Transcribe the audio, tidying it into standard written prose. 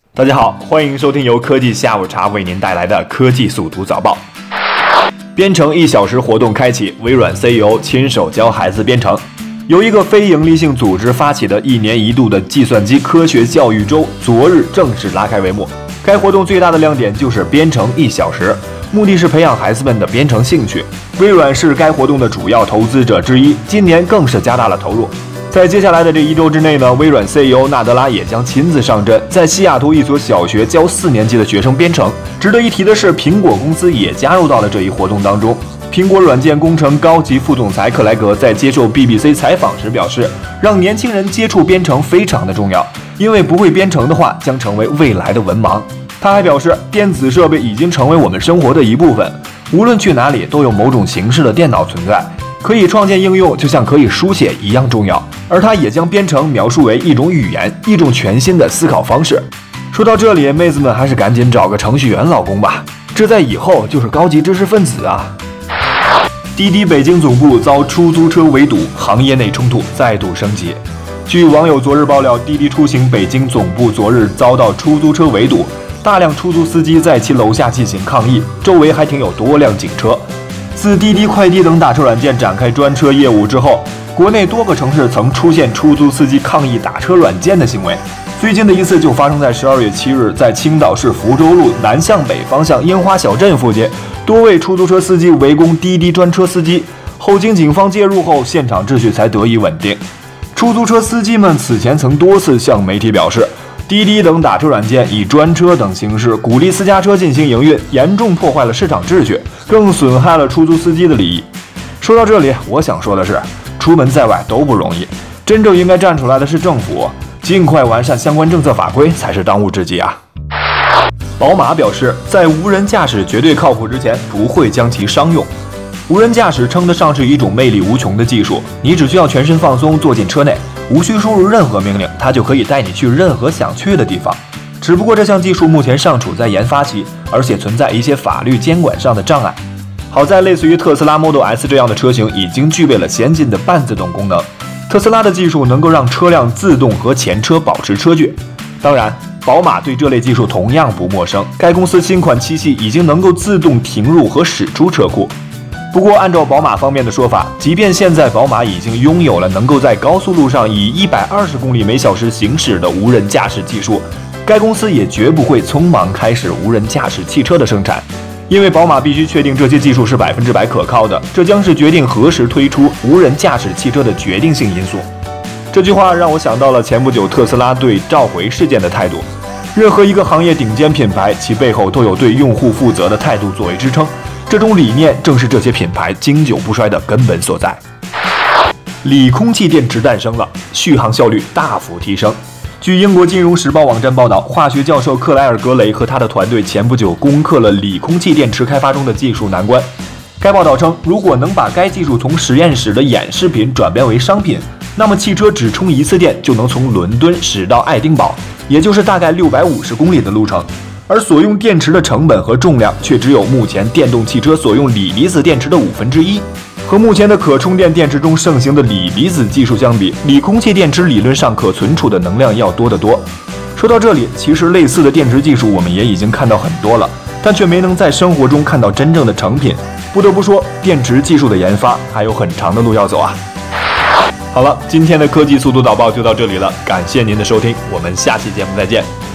大家好，欢迎收听由科技下午茶为您带来的科技速读早报。编程1小时活动开启，微软 CEO 亲手教孩子编程。由一个非营利性组织发起的1年1度的计算机科学教育周，昨日正式拉开帷幕。该活动最大的亮点就是编程1小时，目的是培养孩子们的编程兴趣。微软是该活动的主要投资者之一，今年更是加大了投入。在接下来的这1周之内呢，微软 CEO 纳德拉也将亲自上阵，在西雅图一所小学教4年级的学生编程。值得一提的是，苹果公司也加入到了这一活动当中。苹果软件工程高级副总裁克莱格在接受 BBC 采访时表示，让年轻人接触编程非常的重要，因为不会编程的话将成为未来的文盲。他还表示，电子设备已经成为我们生活的一部分，无论去哪里都有某种形式的电脑存在，可以创建应用就像可以书写一样重要。而他也将编程描述为一种语言，一种全新的思考方式。说到这里，妹子们还是赶紧找个程序员老公吧，这在以后就是高级知识分子啊。滴滴北京总部遭出租车围堵，行业内冲突再度升级。据网友昨日爆料，滴滴出行北京总部昨日遭到出租车围堵，大量出租司机在其楼下进行抗议，周围还停有多辆警车。自滴滴快滴等打车软件展开专车业务之后，国内多个城市曾出现出租司机抗议打车软件的行为。最近的一次就发生在12月7日，在青岛市福州路南向北方向樱花小镇附近，多位出租车司机围攻滴滴专车司机，后经警方介入后，现场秩序才得以稳定。出租车司机们此前曾多次向媒体表示，滴滴等打车软件以专车等形式鼓励私家车进行营运，严重破坏了市场秩序，更损害了出租司机的利益。说到这里，我想说的是，出门在外都不容易，真正应该站出来的是政府，尽快完善相关政策法规才是当务之急啊。宝马表示，在无人驾驶绝对靠谱之前，不会将其商用。无人驾驶称得上是一种魅力无穷的技术，你只需要全身放松坐进车内，无需输入任何命令，它就可以带你去任何想去的地方。只不过这项技术目前尚处在研发期，而且存在一些法律监管上的障碍。好在类似于特斯拉 Model S 这样的车型已经具备了先进的半自动功能，特斯拉的技术能够让车辆自动和前车保持车距。当然，宝马对这类技术同样不陌生，该公司新款7系已经能够自动停入和驶出车库。不过，按照宝马方面的说法，即便现在宝马已经拥有了能够在高速路上以120公里每小时行驶的无人驾驶技术，该公司也绝不会匆忙开始无人驾驶汽车的生产，因为宝马必须确定这些技术是100%可靠的，这将是决定何时推出无人驾驶汽车的决定性因素。这句话让我想到了前不久特斯拉对召回事件的态度。任何一个行业顶尖品牌，其背后都有对用户负责的态度作为支撑，这种理念正是这些品牌经久不衰的根本所在。锂空气电池诞生了，续航效率大幅提升。据英国金融时报网站报道，化学教授克莱尔·格雷和他的团队前不久攻克了锂空气电池开发中的技术难关。该报道称，如果能把该技术从实验室的演示品转变为商品，那么汽车只充一次电就能从伦敦驶到爱丁堡，也就是大概650公里的路程。而所用电池的成本和重量却只有目前电动汽车所用锂离子电池的1/5。和目前的可充电电池中盛行的锂离子技术相比，锂空气电池理论上可存储的能量要多得多。说到这里，其实类似的电池技术我们也已经看到很多了，但却没能在生活中看到真正的成品。不得不说，电池技术的研发还有很长的路要走啊。好了，今天的科技速读导报就到这里了，感谢您的收听，我们下期节目再见。